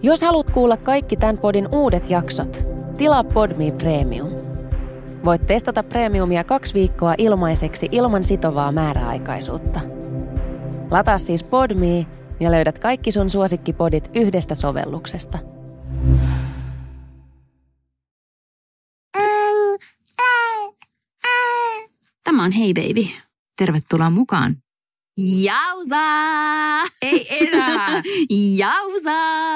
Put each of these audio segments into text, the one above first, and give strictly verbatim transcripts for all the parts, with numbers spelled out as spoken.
Jos haluat kuulla kaikki tämän podin uudet jaksot, tilaa Podme Premium. Voit testata Premiumia kaksi viikkoa ilmaiseksi ilman sitovaa määräaikaisuutta. Lataa siis Podme ja löydät kaikki sun suosikkipodit yhdestä sovelluksesta. Tämä on Hey Baby. Tervetuloa mukaan. Jausa! Ei enää! Jausa!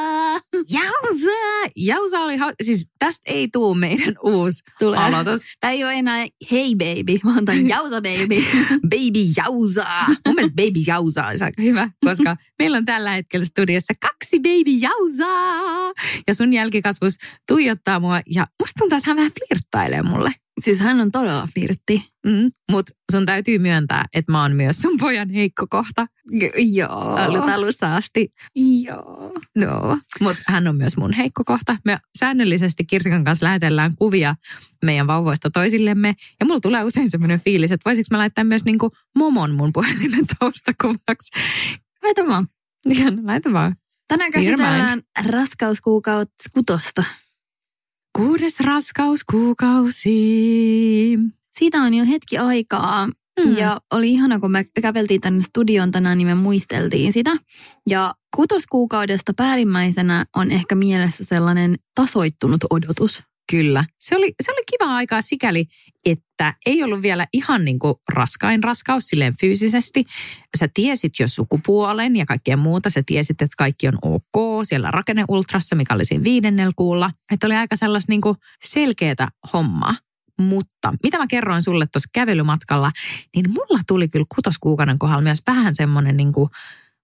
Jausa! Jausa oli hau... Siis tästä ei tule meidän uusi Tulee. aloitus. Tämä ei ole enää Hey Baby, vaan tämä on Jausa Baby. Baby Jausa! Mun mielestä Baby Jausa olisi aika hyvä, koska meillä on tällä hetkellä studiossa kaksi Baby Jausaa. Ja sun jälkikasvus tuijottaa mua ja musta tuntuu, että hän vähän flirttailee mulle. Siis hän on todella flirtti. Mm, mut sun täytyy myöntää, että mä oon myös sun pojan heikko kohta. J- joo. Ollut alusta asti. Joo. No, mutta hän on myös mun heikko kohta. Me säännöllisesti Kirsikan kanssa lähetellään kuvia meidän vauvoista toisillemme. Ja mulla tulee usein semmoinen fiilis, että voisiko mä laittaa myös niinku momon mun puhelimen taustakuvaksi. Laita vaan. Ihan, laita vaan. Tänään käsitellään raskauskuukautta kutosta. Kuudes raskauskuukausi. Siitä on jo hetki aikaa. Mm. Ja oli ihana, kun me käveltiin tänne studioon tänään, niin me muisteltiin sitä. Ja kutoskuukaudesta päällimmäisenä on ehkä mielessä sellainen tasoittunut odotus. Kyllä. Se oli, se oli kiva aikaa sikäli, että ei ollut vielä ihan niin kuin raskain raskaus silleen fyysisesti. Sä tiesit jo sukupuolen ja kaikkea muuta. Sä tiesit, että kaikki on ok siellä rakenneultrassa, mikä oli siinä viidennellä kuulla. Että oli aika sellaista niin kuin selkeätä hommaa. Mutta mitä mä kerroin sulle tuossa kävelymatkalla, niin mulla tuli kyllä kutoskuukauden kohdalla myös vähän semmoinen niin kuin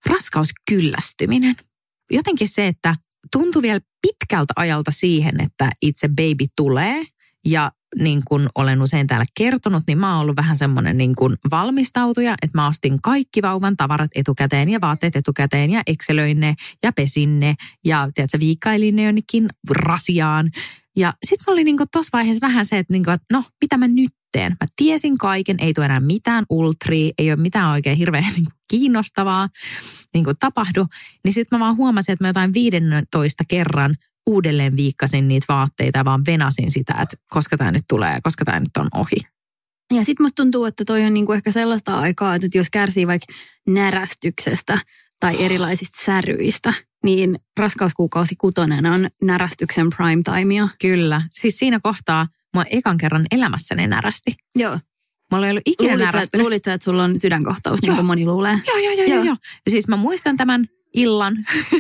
raskauskyllästyminen. Jotenkin se, että tuntui vielä pitkältä ajalta siihen, että itse baby tulee ja niin kuin olen usein täällä kertonut, niin mä oon ollut vähän semmoinen niin kuin valmistautuja, että mä ostin kaikki vauvan tavarat etukäteen ja vaatteet etukäteen ja excelöin ne ja pesin ne ja tiedätkö, viikkailin ne jonnekin rasiaan. Ja sitten oli niinku tuossa vaiheessa vähän se, että, niinku, että no, mitä mä nyt teen? Mä tiesin kaiken, ei tule enää mitään ultria, ei ole mitään oikein hirveän niinku kiinnostavaa niinku tapahdu. Niin sitten mä vaan huomasin, että mä jotain viidentoista kerran uudelleen viikkasin niitä vaatteita ja vaan venasin sitä, että koska tämä nyt tulee ja koska tämä nyt on ohi. Ja sitten musta tuntuu, että toi on niinku ehkä sellaista aikaa, että jos kärsii vaikka närästyksestä tai erilaisista säryistä, niin raskauskuukausi kutonen on närästyksen prime timea. Kyllä. Siis siinä kohtaa mä ekan kerran elämässäni närästi. Joo. Mulla ei ollut ikinä närästynyt. Luulit sä, että sulla on sydänkohtaus, joo, niin kuin moni luulee? Joo, joo, joo, joo. joo. Ja siis mä muistan tämän illan,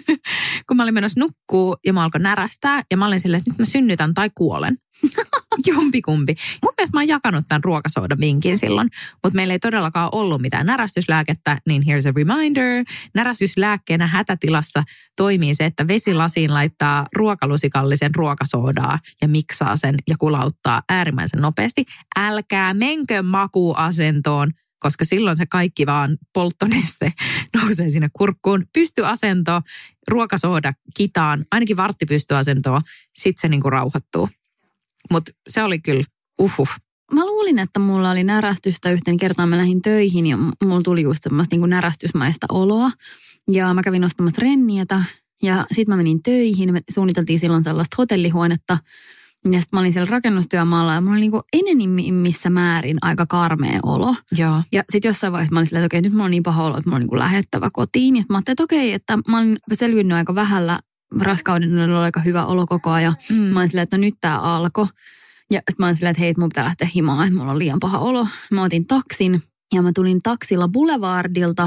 kun mä olin menossa nukkuu ja mä alkoin närästää. Ja mä olin silleen, että nyt mä synnytän tai kuolen. Jompikumpi. Mun mielestä mä oon jakanut tämän ruokasoodan vinkin silloin, mutta meillä ei todellakaan ollut mitään närästyslääkettä, niin here's a reminder. Närästyslääkkeenä hätätilassa toimii se, että vesilasiin laittaa ruokalusikallisen ruokasoodaa ja miksaa sen ja kulauttaa äärimmäisen nopeasti. Älkää menkö makuasentoon, koska silloin se kaikki vaan polttoneste nousee sinne kurkkuun. Pystyasento, ruokasooda kitaan, ainakin vartti pystyasentoa, sitten se niinku rauhoittuu. Mutta se oli kyllä uhuh. Mä luulin, että mulla oli närästystä yhteen kertaan. Mä lähdin töihin ja mulla tuli just semmoista niin kuin närästysmaista oloa. Ja mä kävin ostamassa renniätä ja sit mä menin töihin. Me suunniteltiin silloin sellaista hotellihuonetta. Ja sit mä olin siellä rakennustyömaalla ja mulla oli niin kuin enenimmissä määrin aika karmea olo. Joo. Ja sit jossain vaiheessa mä olin silleen, että okei, nyt mulla on niin paha olo, että mulla on niin kuin lähettävä kotiin. Ja sit mä ajattelin, että okei, että mä olin selvinnyt aika vähällä. Raskauden oli aika hyvä olo koko ajan. Mm. Mä olin silleen, että no nyt tää alkoi. Ja mä olin silleen, että hei, mun pitää lähteä himaan, että mulla on liian paha olo. Mä otin taksin ja mä tulin taksilla Boulevardilta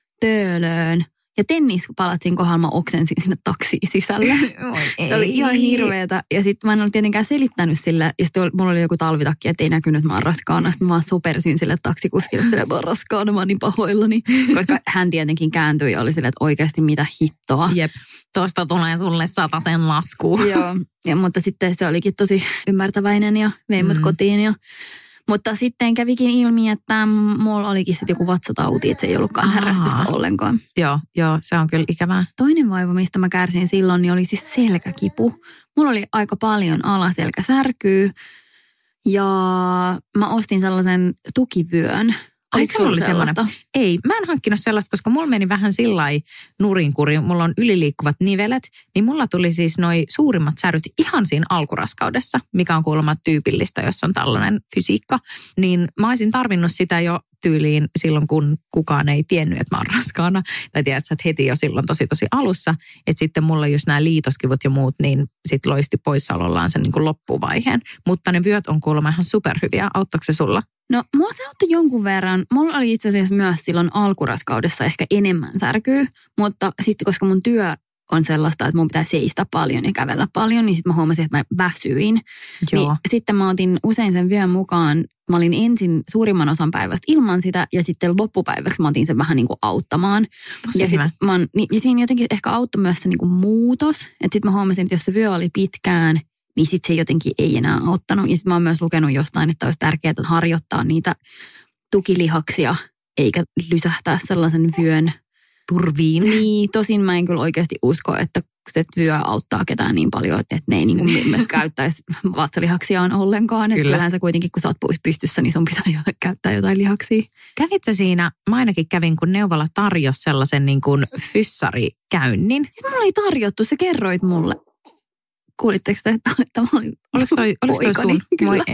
Töölöön. Ja tennispalatsin kohdalla mä oksensin sinne taksiin sisälle. Se oli ihan hirveetä. Ja sitten mä en ollut tietenkään selittänyt sille. Ja sitten mulla oli joku talvitakki, että ei näkynyt, että mä oon raskaana. Sitten mä vaan sopersin sille taksikuskille sille, että mä oon raskaana, mä oon niin pahoillani. Koska hän tietenkin kääntyi ja oli silleen, että oikeasti mitä hittoa. Jep, tuosta tulee sulle satasen lasku. Joo, ja, mutta sitten se olikin tosi ymmärtäväinen ja vei mut mm. kotiin ja... Mutta sitten kävikin ilmi, että mulla olikin sitten joku vatsatauti, että se ei ollutkaan härrästystä ollenkaan. Joo, joo, se on kyllä ikävää. Toinen vaiva, mistä mä kärsin silloin, niin oli siis selkäkipu. Mulla oli aika paljon alaselkäsärkyä ja mä ostin sellaisen tukivyön Ai se oli sellaista? Ei, mä en hankkinut sellaista, koska mulla meni vähän sillai nurinkurin. Mulla on yliliikkuvat nivelet, niin mulla tuli siis noi suurimmat säryt ihan siinä alkuraskaudessa, mikä on kuulemma tyypillistä, jos on tällainen fysiikka. Niin mä olisin tarvinnut sitä jo tyyliin silloin, kun kukaan ei tiennyt, että mä oon raskaana. Tai tiedät sä, että heti jo silloin tosi tosi alussa. Että sitten mulla just nämä liitoskivut ja muut, niin sit loisti poissaolollaan sen niin kuin loppuvaiheen. Mutta ne vyöt on kuulemma ihan superhyviä. Auttoiko se sulla? No, mua se auttoi jonkun verran. Mulla oli itse asiassa myös silloin alkuraskaudessa ehkä enemmän särkyä, mutta sitten koska mun työ on sellaista, että mun pitää seistä paljon ja kävellä paljon, niin sitten mä huomasin, että mä väsyin. Joo. Niin sitten mä otin usein sen vyön mukaan. Mä olin ensin suurimman osan päivästä ilman sitä ja sitten loppupäiväksi mä otin sen vähän niin kuin auttamaan. Tosi ja, sit mä oon, niin, ja siinä jotenkin ehkä auttoi myös se niin kuin muutos. Että sitten mä huomasin, että jos se vyö oli pitkään, niin sitten se jotenkin ei enää auttanut. Ja sitten mä oon myös lukenut jostain, että olisi tärkeää harjoittaa niitä tukilihaksia, eikä lysähtää sellaisen vyön turviin. Niin, tosin mä en kyllä oikeasti usko, että se vyö auttaa ketään niin paljon, että ne ei niin kuin käyttäisi vatsalihaksiaan ollenkaan. Että kyllähän sä kuitenkin, kun sä oot pystyssä, niin sun pitää jo käyttää jotain lihaksia. Kävit sä siinä, mä ainakin kävin, kun neuvola tarjosi sellaisen niin kuin fyssarikäynnin. Siis mulla ei tarjottu, sä kerroit mulle. Kuulitteko te, että, että mä olin oliko toi, oliko toi sun? Kyllä. Moi,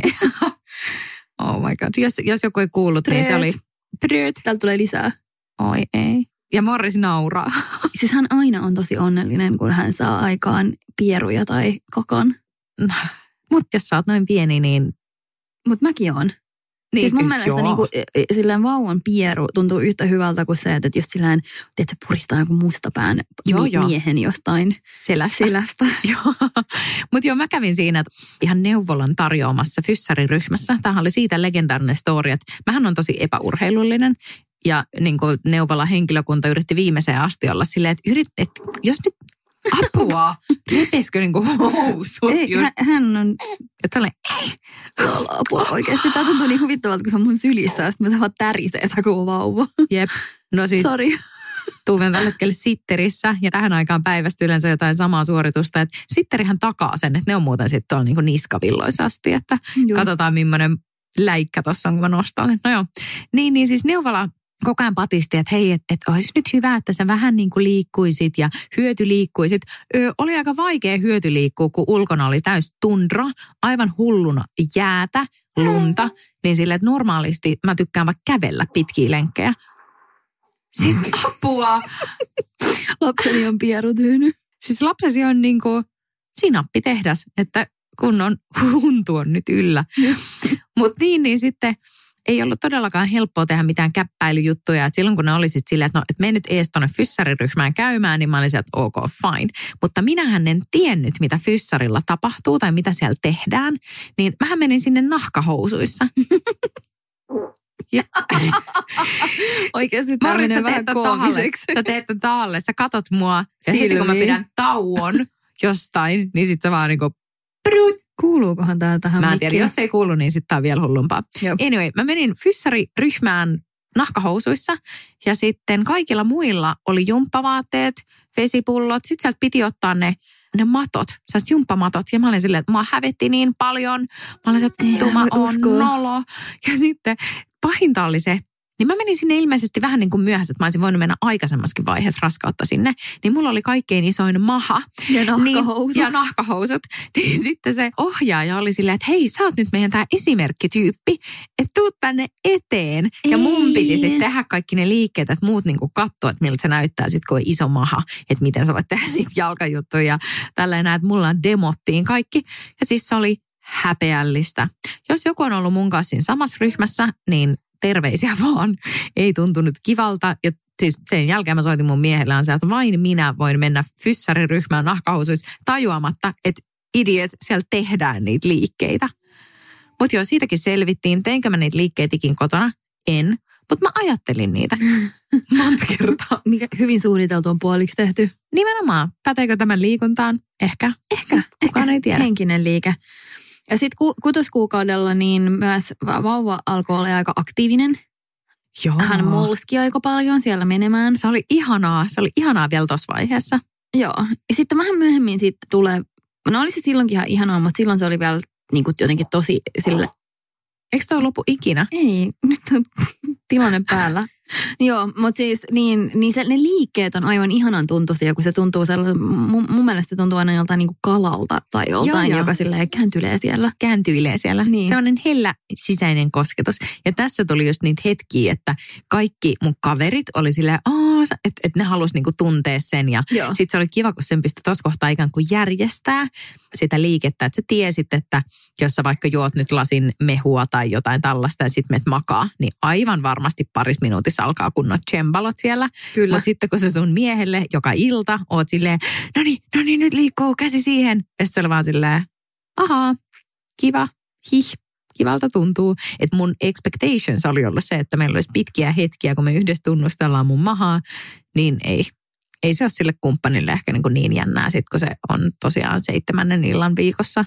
oh my god. Jos, jos joku ei kuullut, Prööt. Niin se oli... Prööt. Täältä tulee lisää. Oi ei. Ja Morris nauraa. Siis hän aina on tosi onnellinen, kun hän saa aikaan pieruja tai kakan. Mutta jos sä oot noin pieni, niin... Mutta mäkin oon. Niin, siis mun mielestä niinku, sillään vauvan pieru tuntuu yhtä hyvältä kuin se, että jos sillään, että puristaa joku mustapään joo, mi- miehen jostain selästä. selästä. Joo. Mutta joo, mä kävin siinä ihan neuvolan tarjoamassa fyssariryhmässä. Tämähän oli siitä legendaarinen story, että mähän on tosi epäurheilullinen. Ja niin kuin neuvola henkilökunta yritti viimeiseen asti olla silleen, että, yrit, että jos nyt apua, repiskö niin kuin housut? Ei, just. Hän on... Että olen, ei. Apua oikeasti. Tämä tuntuu niin huvittavalta, kun se on mun sylissä ja sitten mä vaan tärisee takuu vauva. Jep. No siis... Sori. Tuuven tällä hetkellä sitterissä ja tähän aikaan päivästä yleensä jotain samaa suoritusta. Että sitterihän takaa sen, että ne on muuten sitten tuolla niin kuin niskavilloissa asti, että joo. Katsotaan millainen läikkä tuossa on, kun mä nostan. No joo. Niin, niin siis neuvola koko ajan patisti, että hei, että et olisi nyt hyvä, että sä vähän niin kuin liikkuisit ja hyötyliikkuisit. Öö, oli aika vaikea hyötyliikkua, kun ulkona oli täys tundra, aivan hulluna jäätä, lunta. Niin silleen, että normaalisti mä tykkään vaikka kävellä pitkiä lenkkejä. Siis apua. Lapseni on pierutyynyt. Siis lapsesi on niin kuin sinappitehdas, että kun on huntu on nyt yllä. Mutta niin, niin sitten ei ollut todellakaan helppoa tehdä mitään käppäilyjuttuja. Et silloin kun ne oli sitten silleen, että no, et mene nyt ees tuonne fyssariryhmään käymään, niin mä olin sieltä, että ok, fine. Mutta minähän en tiennyt, mitä fyssarilla tapahtuu tai mitä siellä tehdään. Niin mähän menin sinne nahkahousuissa. Ja. Oikeasti tämä menee vähän koomiseksi. Sä teet taalle, sä katot mua ja heti kun mä pidän tauon jostain, niin sit sä vaan niinku prut. Kuuluukohan tää tähän Mä en tiedä, jos ei kuulu, niin sit tää on vielä hullumpaa. Jop. Anyway, mä menin fyssariryhmään nahkahousuissa ja sitten kaikilla muilla oli jumppavaatteet, vesipullot. Sitten sieltä piti ottaa ne, ne matot, sellaiset jumppamatot. Ja mä olin silleen, että mua hävetti niin paljon. Mä olin silleen, että mä oon nolo. Ja sitten pahinta oli se, niin mä menin sinne ilmeisesti vähän niin kuin myöhässä, että mä olisin voinut mennä aikaisemmaskin vaiheessa raskautta sinne. Niin mulla oli kaikkein isoin maha. Ja nahkahousut. Niin, ja nahkahousut. Niin sitten se ohjaaja oli silleen, että hei, sä oot nyt meidän tää esimerkkityyppi, että tuut tänne eteen. Ja mun piti sitten tehdä kaikki ne liikkeet, että muut niinku katsoo, että miltä se näyttää sitten, kun on iso maha. Että miten sä voit tehdä niitä jalkajuttuja ja tälleen näin, että mulla demottiin kaikki. Ja siis se oli häpeällistä. Jos joku on ollut mun kanssa siinä samassa ryhmässä, niin terveisiä vaan. Ei tuntunut kivalta. Ja siis sen jälkeen mä soitin mun miehelle on se, että vain minä voin mennä fyssariryhmään nahkahousuissa tajuamatta, että idiot, siellä tehdään niitä liikkeitä. Mutta joo, siitäkin selvittiin. Teinkö mä niitä liikkeitä ikin kotona? En. Mutta mä ajattelin niitä monta kertaa. Mikä hyvin suunniteltu on puoliksi tehty. Nimenomaan. Päteekö tämän liikuntaan? Ehkä. Ehkä. Kukaan ehkä. ei tiedä. Henkinen liike. Ja sitten ku, kutoskuukaudella niin myös vauva alkoi olla aika aktiivinen. Joo. Hän molski aika paljon siellä menemään. Se oli ihanaa. Se oli ihanaa vielä tuossa vaiheessa. Joo. Ja sitten vähän myöhemmin sitten tulee, no oli se silloinkin ihan ihanaa, mutta silloin se oli vielä niin kuin jotenkin tosi sille Eikö toi lopu ikinä? Ei, nyt on tilanne päällä. Joo, mutta siis niin, niin se, ne liikkeet on aivan ihanan tuntuisia, kun se tuntuu sellaisen, mun, mun mielestä se tuntuu aina joltain niin kuin kalalta tai joltain, joo, joka silleen kääntyilee siellä. Kääntyilee siellä. Niin. Se on niin hellä sisäinen kosketus. Ja tässä tuli just niitä hetkiä, että kaikki mun kaverit oli silleen, että et ne halusi niinku tuntea sen. Ja sitten se oli kiva, kun sen pystyi tuossa kohtaa ikään kuin järjestää sitä liikettä. Että sä tiesit, että jos sä vaikka juot nyt lasin mehua tai jotain tällaista ja sitten menet makaa, niin aivan varmasti paris minuutissa alkaa kunnon tsembalot siellä. Kyllä. Mutta sitten kun se sun miehelle joka ilta oot silleen, no niin, no niin, nyt liikkuu käsi siihen. Ja sitten se oli vaan silleen, ahaa, kiva, hih, kivalta tuntuu. Että mun expectations oli ollut se, että meillä olisi pitkiä hetkiä, kun me yhdessä tunnustellaan mun mahaa, niin ei. Ei se ole sille kumppanille ehkä niin, niin jännää sit, kun se on tosiaan seitsemännen illan viikossa.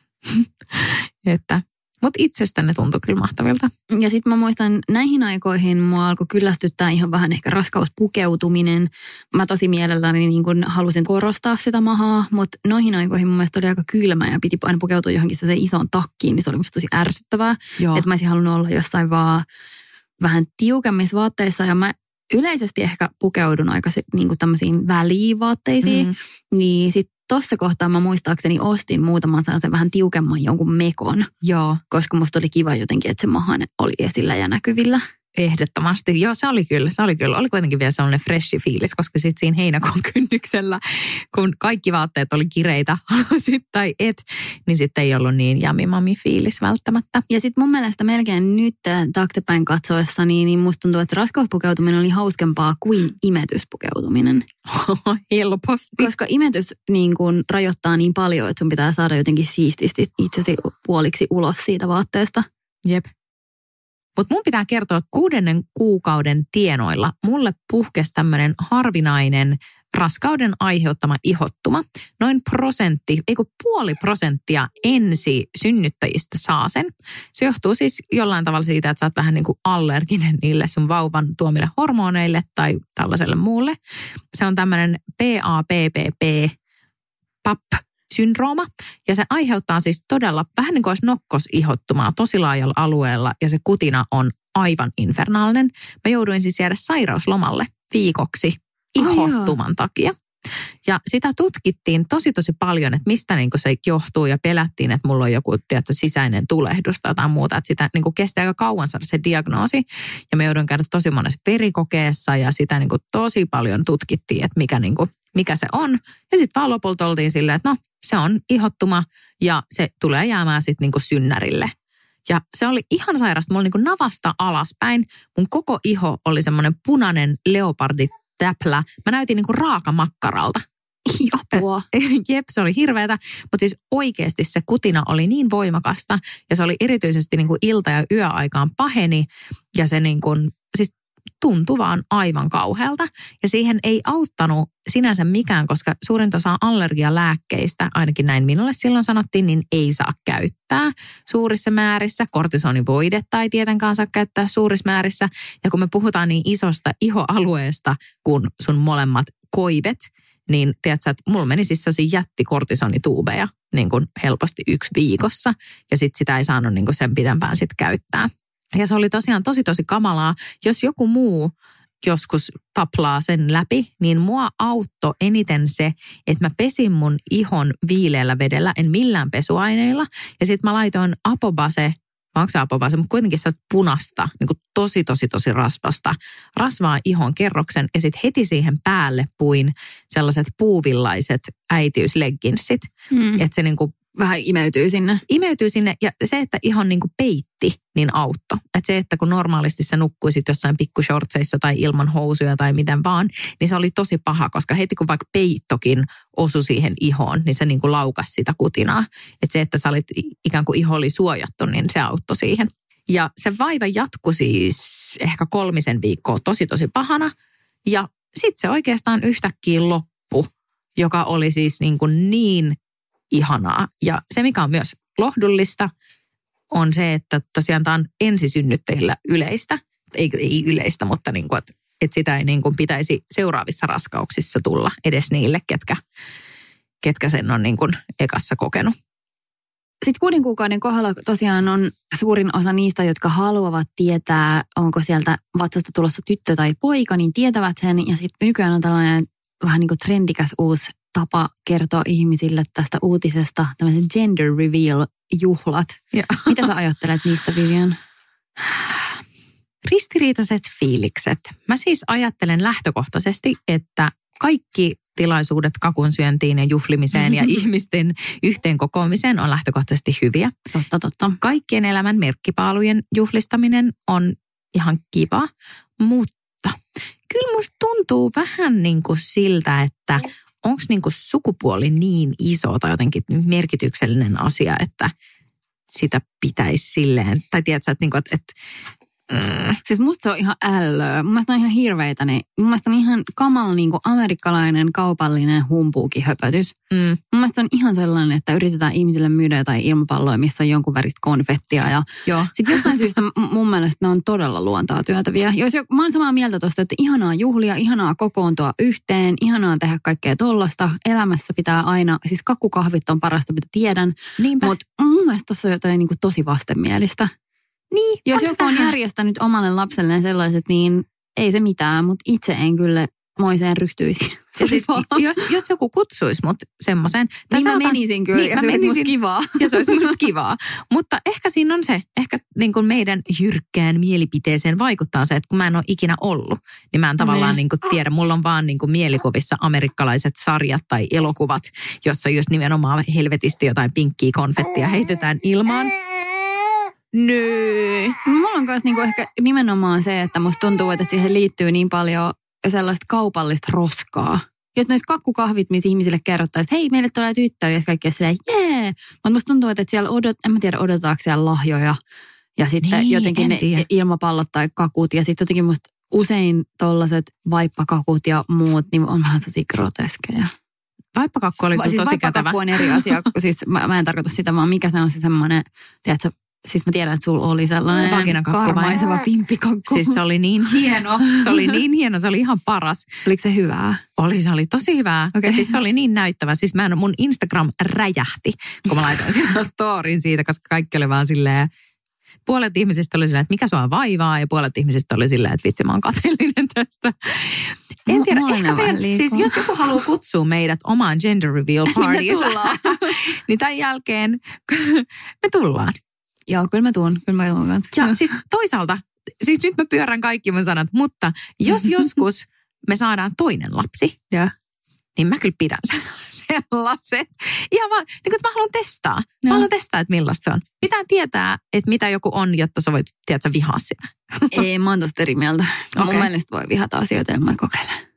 että... Mutta itsestä ne tuntui kyllä mahtavilta. Ja sitten mä muistan, näihin aikoihin mua alkoi kyllästyttää ihan vähän ehkä raskauspukeutuminen. Mä tosi mielelläni niin kun halusin korostaa sitä mahaa, mutta noihin aikoihin mun mielestä oli aika kylmä ja piti aina pukeutua johonkin se isoon takkiin, niin se oli musta tosi ärsyttävää. Että mä olisin halunnut olla jossain vaan vähän tiukemmissa vaatteissa ja mä yleisesti ehkä pukeudun aika niin kuin tämmöisiin välivaatteisiin, mm. niin sitten tuossa kohtaa mä muistaakseni ostin muutaman sellaisen vähän tiukemman jonkun mekon. Joo. Koska musta oli kiva jotenkin, että se mahan oli esillä ja näkyvillä. Ehdottomasti. Joo, se oli kyllä. Se oli kyllä. Oli kuitenkin vielä sellainen freshi fiilis, koska sitten siinä heinäkuun kynnyksellä, kun kaikki vaatteet oli kireitä, halusit tai et, niin sitten ei ollut niin jamimami fiilis välttämättä. Ja sitten mun mielestä melkein nyt taaksepäin katsoessa, niin, niin musta tuntuu, että raskauspukeutuminen oli hauskempaa kuin imetyspukeutuminen. Helposti. Koska imetys niin kun rajoittaa niin paljon, että sun pitää saada jotenkin siististi itsesi puoliksi ulos siitä vaatteesta. Jep. Mutta mun pitää kertoa, että kuudennen kuukauden tienoilla mulle puhkesi tämmöinen harvinainen raskauden aiheuttama ihottuma. Noin prosentti, ei kun puoli prosenttia ensi synnyttäjistä saa sen. Se johtuu siis jollain tavalla siitä, että sä oot vähän niin kuin allerginen niille sun vauvan tuomille hormoneille tai tällaiselle muulle. Se on tämmöinen P A P P P, P A P, syndrooma. Ja se aiheuttaa siis todella vähän niin kuin olisi nokkosihottumaa tosi laajalla alueella ja se kutina on aivan infernaalinen. Mä jouduin siis jäädä sairauslomalle viikoksi ihottuman oh, takia. Ja sitä tutkittiin tosi tosi paljon, että mistä niin kuin se johtuu ja pelättiin, että mulla on joku tiedätkö, sisäinen tulehdus tai jotain muuta. Että sitä niin kuin kesti aika kauan saada se diagnoosi ja me joudun käydä tosi monessa verikokeessa ja sitä niin kuin tosi paljon tutkittiin, että mikä, niin kuin, mikä se on. Ja sitten vaan lopulta oltiin silleen, että no se on ihottuma ja se tulee jäämään sitten niin kuin synnärille. Ja se oli ihan sairasta. Mulla niin kuin navasta alaspäin. Mun koko iho oli semmoinen punainen leoparditäplä. Mä näytin niin kuin raakamakkaralta. Apua. Jep, se oli hirveätä. Mutta siis oikeasti se kutina oli niin voimakasta. Ja se oli erityisesti niin kuin ilta- ja yöaikaan paheni. Ja se niin kuin, siis tuntui vaan aivan kauhealta. Ja siihen ei auttanut sinänsä mikään, koska suurin osa allergialääkkeistä, ainakin näin minulle silloin sanottiin, niin ei saa käyttää suurissa määrissä. Kortisonivoidetta ei tietenkään saa käyttää suurissa määrissä. Ja kun me puhutaan niin isosta ihoalueesta kuin sun molemmat koivet, niin tiedätkö, että mulla meni siis sellaisia jättikortisonituubeja niin kuin helposti yksi viikossa. Ja sitten sitä ei saanut niin kuin sen pitempään sitten käyttää. Ja se oli tosiaan tosi tosi kamalaa. Jos joku muu joskus taplaa sen läpi, niin mua auttoi eniten se, että mä pesin mun ihon viileällä vedellä, en millään pesuaineilla. Ja sitten mä laitoin Apobase, vai onko se Apobase, mutta kuitenkin se punasta, niin kuin tosi tosi tosi rasvasta, rasvaa ihon kerroksen. Ja sitten heti siihen päälle puin sellaiset puuvillaiset äitiyslegginsit. Hmm. Että se niin kuin vähän imeytyy sinne. Imeytyy sinne ja se, että ihan niin kuin peitti, niin auttoi. Että se, että kun normaalisti sä nukkuisit jossain pikkushortseissa tai ilman housuja tai miten vaan, niin se oli tosi paha, koska heti kun vaikka peittokin osui siihen ihoon, niin se niin kuin laukasi sitä kutinaa. Että se, että sä olit ikään kuin iho oli suojattu, niin se auttoi siihen. Ja se vaiva jatkui siis ehkä kolmisen viikkoa tosi tosi pahana ja sitten se oikeastaan yhtäkkiä loppu, joka oli siis niin kuin niin ihanaa. Ja se, mikä on myös lohdullista, on se, että tosiaan tämä on ensisynnyttäjillä yleistä. Ei, ei yleistä, mutta niin kuin, että, että sitä ei niin kuin pitäisi seuraavissa raskauksissa tulla edes niille, ketkä, ketkä sen on niin kuin ekassa kokenut. sitten kuuden kuukauden kohdalla tosiaan on suurin osa niistä, jotka haluavat tietää, onko sieltä vatsasta tulossa tyttö tai poika, niin tietävät sen. Ja sitten nykyään on tällainen vähän niin kuin trendikäs uusi tapa kertoa ihmisille tästä uutisesta, tämmöisen gender reveal-juhlat. Ja. Mitä sä ajattelet niistä, Vivian? Ristiriitaiset fiilikset. Mä siis ajattelen lähtökohtaisesti, että kaikki tilaisuudet kakun syöntiin ja juhlimiseen ja ihmisten yhteen kokoamiseen on lähtökohtaisesti hyviä. Totta, totta. Kaikkien elämän merkkipaalujen juhlistaminen on ihan kiva, mutta kyllä musta tuntuu vähän niin kuin siltä, että onko niin kuin sukupuoli niin iso tai jotenkin merkityksellinen asia, että sitä pitäisi silleen, tai tiedätkö, että, niin kuin, että, että Mm. Siis musta se on ihan ällöä. Mun mielestä on ihan hirveitä. Niin, mun mielestä on ihan kamala niin kuin amerikkalainen kaupallinen humpuukihöpötys. Mm. Mun mielestä on ihan sellainen, että yritetään ihmisille myydä jotain ilmapalloja, missä on jonkun väristä konfettia. Ja sitten jostain syystä mun mielestä ne on todella luontaa työtäviä. Jos jo, mä oon samaa mieltä tosta, että ihanaa juhlia, ihanaa kokoontua yhteen, ihanaa tehdä kaikkea tollasta. Elämässä pitää aina, siis kakkukahvit on parasta, mitä tiedän. Mutta mun mielestä tossa on jotain niin kuin tosi vastenmielistä. Niin, jos joku on järjestänyt omalle lapselleen sellaiset, niin ei se mitään, mutta itse en kyllä moiseen ryhtyisi. Ja siis, jos, jos joku kutsuisi mut semmoiseen. Niin sanotaan, mä menisin kyllä niin, ja se olisi musta kivaa. Ja se olisi musta kivaa. Mutta ehkä siinä on se, ehkä niin kuin meidän jyrkkään mielipiteeseen vaikuttaa se, että kun mä en ole ikinä ollut, niin mä en tavallaan niin kuin tiedä. Mulla on vaan niin kuin mielikuvissa amerikkalaiset sarjat tai elokuvat, jossa just nimenomaan helvetisti jotain pinkkiä konfettia heitetään ilmaan. Nöö. Mulla on myös niinku ehkä nimenomaan se, että musta tuntuu, että siihen liittyy niin paljon sellaista kaupallista roskaa. Jos noissa kakkukahvit, missä ihmisille kerrottaisiin, että hei, meille tulee tyttö, ja kaikki on silleen, jee. Mutta musta tuntuu, että siellä odot, en mä tiedä, odotaanko siellä lahjoja. Ja sitten niin, jotenkin ne tiedä. ilmapallot tai kakut. Ja sitten jotenkin musta usein tollaset vaippakakut ja muut, niin on vähän sellaisia groteskeja. Vaippakakku oli kyllä siis tosi kätevä. Vaippakakku on eri asia. Siis mä, mä en tarkoita sitä, vaan mikä se on se semmoinen, tiedätkö, siis mä tiedän, että sulla oli sellainen karmaiseva pimppikakku. Siis se oli niin hieno. Se oli niin hieno. Se oli ihan paras. Oliko se hyvää? Oli, se oli tosi hyvää. Okay. Ja siis se oli niin näyttävä. Siis mä en, mun Instagram räjähti, kun mä laitoin sinne storin siitä, koska kaikki oli vaan silleen, puolet ihmisistä oli silleen, että mikä sua vaivaa, ja puolet ihmisistä oli silleen, että vitsi, mä oon kateellinen tästä. En tiedä, ehkä meidän, siis jos joku haluaa kutsua meidät omaan gender reveal partyissa, niin tämän jälkeen me tullaan. Joo, kyllä mä tuun. Kyllä mä tuun kanssa. Ja siis toisaalta, siis nyt mä pyörän kaikki mun sanat, mutta jos joskus me saadaan toinen lapsi, ja. niin mä kyllä pidän sellaiset. Ihan vaan, niin kuin, mä haluan testaa. Mä haluan testaa, että millaista se on. Pitää tietää, että mitä joku on, jotta sä voit, tiedätkö, vihaa sitä. Ei, mä oon tosta eri mieltä. Okay. Mun mielestä voi vihata asioita ilman kokeilemaan.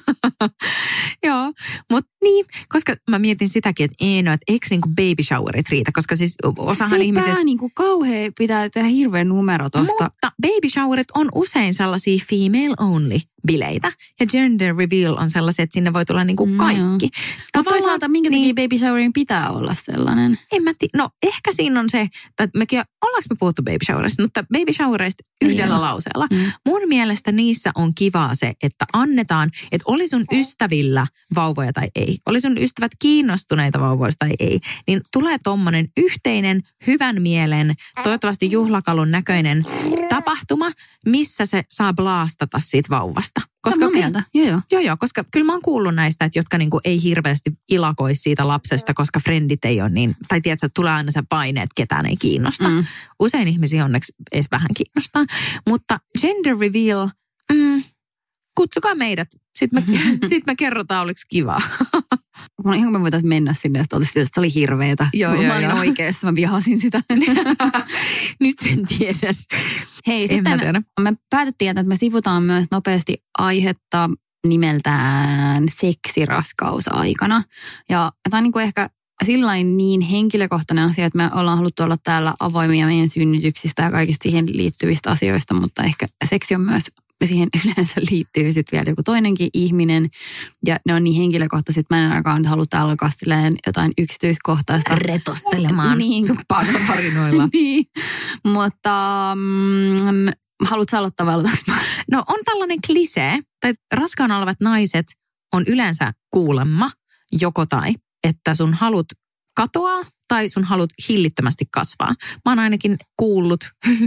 Joo, mutta niin, koska mä mietin sitäkin, että ei no, että eikö niinku baby showerit riitä, koska siis osahan ihmisistä... Sitä niinku kauhean pitää tehdä hirveän numero tosta. Mutta baby showerit on usein sellaisia female only bileitä ja gender reveal on sellaisia, että sinne voi tulla niinku kaikki. No. Mutta toisaalta minkä niin, takia baby showerin pitää olla sellainen? En mä tiedä, no ehkä siinä on se, että mekin, ollaanko me puhuttu baby showerista, mutta baby showerista yhdellä Ei lauseella. Mm. Mun mielestä niissä on kivaa se, että annetaan, että oli sun ystävillä vauvoja tai ei, oli sun ystävät kiinnostuneita vauvoista tai ei, niin tulee tommonen yhteinen, hyvän mielen, toivottavasti juhlakalun näköinen tapahtuma, missä se saa blaastata siitä vauvasta. Koska no, mieltä. Joo, joo. joo, joo, koska kyllä mä oon kuullut näistä, että jotka niinku ei hirveästi ilakoi siitä lapsesta, koska frendit ei ole niin, tai tiedätkö, että tulee aina se paine, että ketään ei kiinnosta. Mm. Usein ihmisiä onneksi edes vähän kiinnostaa. Mutta gender reveal, mm, kutsukaa meidät. Sitten me, sit me kerrotaan, oliko kivaa. Mä ihan me voitaisiin mennä sinne, että se oli hirveetä. Joo, mä joo, olin joo. oikeassa, mä vihasin sitä. Nyt en tiedä. Hei, en sitten me päätettiin, että me sivutaan myös nopeasti aihetta nimeltään seksiraskausaikana. Ja tämä on niin kuin ehkä sillain niin henkilökohtainen asia, että me ollaan haluttu olla täällä avoimia meidän synnytyksistä ja kaikista siihen liittyvistä asioista, mutta ehkä seksi on myös, siihen yleensä liittyy sitten vielä joku toinenkin ihminen. Ja ne on niin henkilökohtaiset, että mä en ainakaan haluta alkaa silleen jotain yksityiskohtaista. Retostelemaan niin. sun parinoilla. niin, mutta mm, haluatko aloittaa vai aloitanko mä? No on tällainen klisee, tai raskaana olevat naiset on yleensä kuulemma joko tai, että sun halut katoaa tai sun haluat hillittömästi kasvaa. Mä oon ainakin kuullut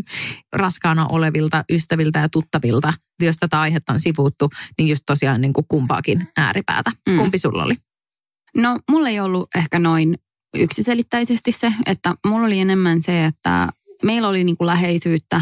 raskaana olevilta ystäviltä ja tuttavilta, jos tätä aihetta on sivuuttu, niin just tosiaan niin kuin kumpaakin ääripäätä. Mm. Kumpi sulla oli? No mulla ei ollut ehkä noin yksiselitteisesti se, että mulla oli enemmän se, että meillä oli niin kuin läheisyyttä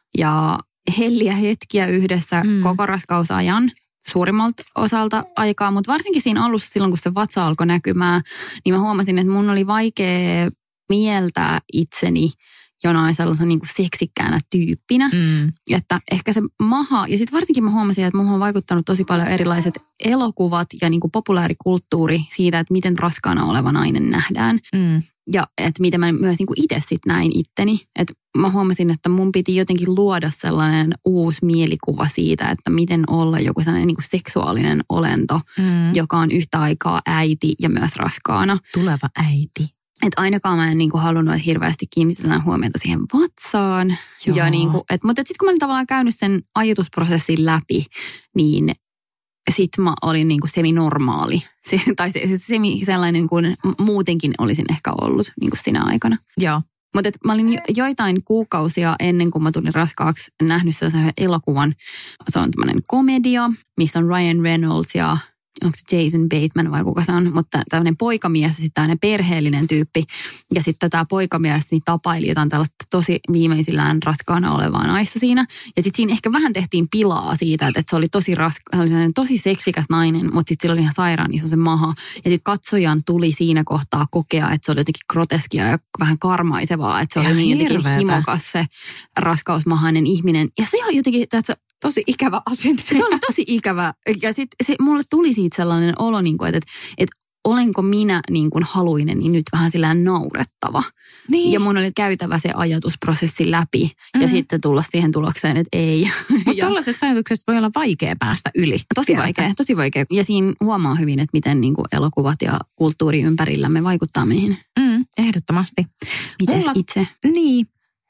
ja helliä hetkiä yhdessä mm. koko raskausajan suurimmalta osalta aikaa, mutta varsinkin siinä alussa silloin, kun se vatsa alkoi näkymään, niin mä huomasin, että mun oli vaikea mieltää itseni jonain sellaisen niin kuin seksikkäänä tyyppinä. Mm. Että ehkä se maha, ja sitten varsinkin mä huomasin, että mulla on vaikuttanut tosi paljon erilaiset elokuvat ja niin kuin populaarikulttuuri siitä, että miten raskaana oleva nainen nähdään. Mm. Ja että miten mä myös niin kuin itse sitten näin itteni. Että mä huomasin, että mun piti jotenkin luoda sellainen uusi mielikuva siitä, että miten olla joku sellainen niin kuin seksuaalinen olento, mm. joka on yhtä aikaa äiti ja myös raskaana. Tuleva äiti. Että ainakaan mä en niin kuin halunnut, että hirveästi kiinnitetään huomiota siihen vatsaan. Ja niin kuin, et, mutta sitten kun mä olin tavallaan käynyt sen ajatusprosessin läpi, niin sitten mä olin niin kuin semi-normaali. Se, tai se, se semi sellainen kuin muutenkin olisin ehkä ollut niin kuin sinä aikana. Joo. Mutta mä olin jo, joitain kuukausia ennen kuin mä tulin raskaaksi nähnyt sellaisen elokuvan. Se on tämmöinen komedia, missä on Ryan Reynolds ja onko se Jason Bateman vai kuka se on, mutta tämmöinen poikamies ja sitten tämmöinen perheellinen tyyppi. Ja sitten tämä poikamies niin tapaili jotain tällaista tosi viimeisillään raskaana olevaa naista siinä. Ja sitten siinä ehkä vähän tehtiin pilaa siitä, että se oli tosi raska, se oli sellainen tosi seksikäs nainen, mutta sitten sillä oli ihan sairaan iso se maha. Ja sitten katsojan tuli siinä kohtaa kokea, että se oli jotenkin groteskia ja vähän karmaisevaa, että se oli niin jotenkin hirveätä. Himokas se raskausmahainen ihminen. Ja se on jotenkin, että tosi ikävä asenne. Se oli tosi ikävä. Ja sitten mulle tuli siitä sellainen olo, niin kuin, että, että olenko minä niin kuin haluinen, niin nyt vähän sillään naurettava. Niin. Ja mun oli käytävä se ajatusprosessi läpi mm-hmm. ja sitten tulla siihen tulokseen, että ei. Mutta tällaisesta ajatuksesta voi olla vaikea päästä yli. Tosi vaikea, tosi vaikea. Ja siinä huomaa hyvin, että miten niin kuin elokuvat ja kulttuuri ympärillämme vaikuttaa meihin. Mm, ehdottomasti. Mites mulla, itse? Niin.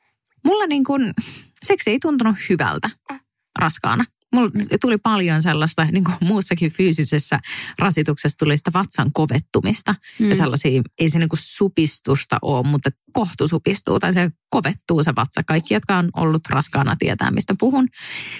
Mulla niin kuin, seksi ei tuntunut hyvältä raskaana. Mulla tuli paljon sellaista, niin kuin muussakin fyysisessä rasituksessa tuli sitä vatsan kovettumista. Mm. Ja sellaisia, ei se niin kuin supistusta ole, mutta kohtu supistuu tai se kovettuu se vatsa. Kaikki, jotka on ollut raskaana, tietää, mistä puhun.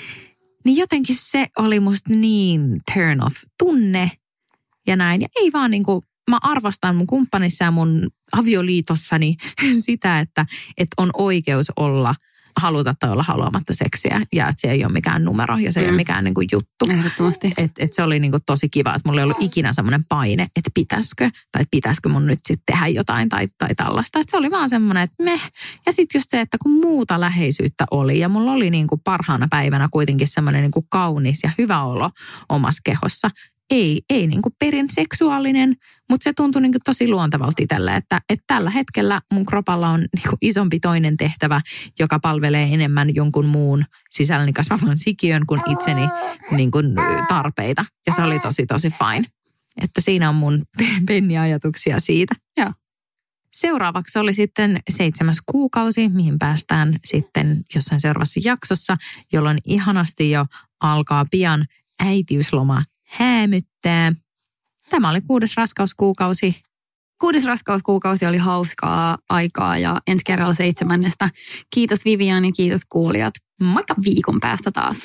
Niin jotenkin se oli musta niin turn off tunne ja näin. Ja ei vaan niin kuin, mä arvostan mun kumppanissa ja mun avioliitossani sitä, että, että on oikeus olla haluta tai olla haluamatta seksiä ja että se ei ole mikään numero ja se mm. ei ole mikään niin kuin juttu. Ehdottomasti. Että et se oli niin kuin tosi kiva, että mulla ei ollut ikinä semmoinen paine, että pitäisikö tai pitäisikö mun nyt sitten tehdä jotain tai, tai tällaista. Että se oli vaan semmoinen, että meh. Ja sitten just se, että kun muuta läheisyyttä oli ja mulla oli niin kuin parhaana päivänä kuitenkin semmoinen niin kuin kaunis ja hyvä olo omassa kehossa. Ei, ei niin kuin perin seksuaalinen, mutta se tuntui niin kuin tosi luontevalta itselle, että, että tällä hetkellä mun kropalla on niin kuin isompi toinen tehtävä, joka palvelee enemmän jonkun muun sisälläni kasvavan sikiön kuin itseni niin kuin tarpeita. Ja se oli tosi, tosi fine. Että siinä on mun penniajatuksia siitä. Joo. Seuraavaksi oli sitten seitsemäs kuukausi, mihin päästään sitten jossain seuraavassa jaksossa, jolloin ihanasti jo alkaa pian äitiysloma häämyttää. Tämä oli kuudes raskauskuukausi. Kuudes raskauskuukausi oli hauskaa aikaa ja ensi kerralla seitsemännestä. Kiitos Vivian ja kiitos kuulijat. Moikka! Viikon päästä taas.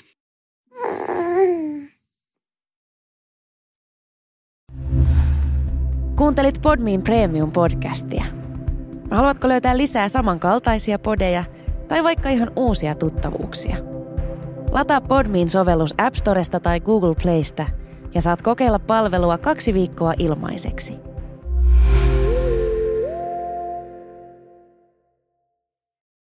Kuuntelit Podmin Premium-podcastia. Haluatko löytää lisää samankaltaisia podeja tai vaikka ihan uusia tuttavuuksia? Lataa Podmin sovellus App Storesta tai Google Playsta ja saat kokeilla palvelua kaksi viikkoa ilmaiseksi.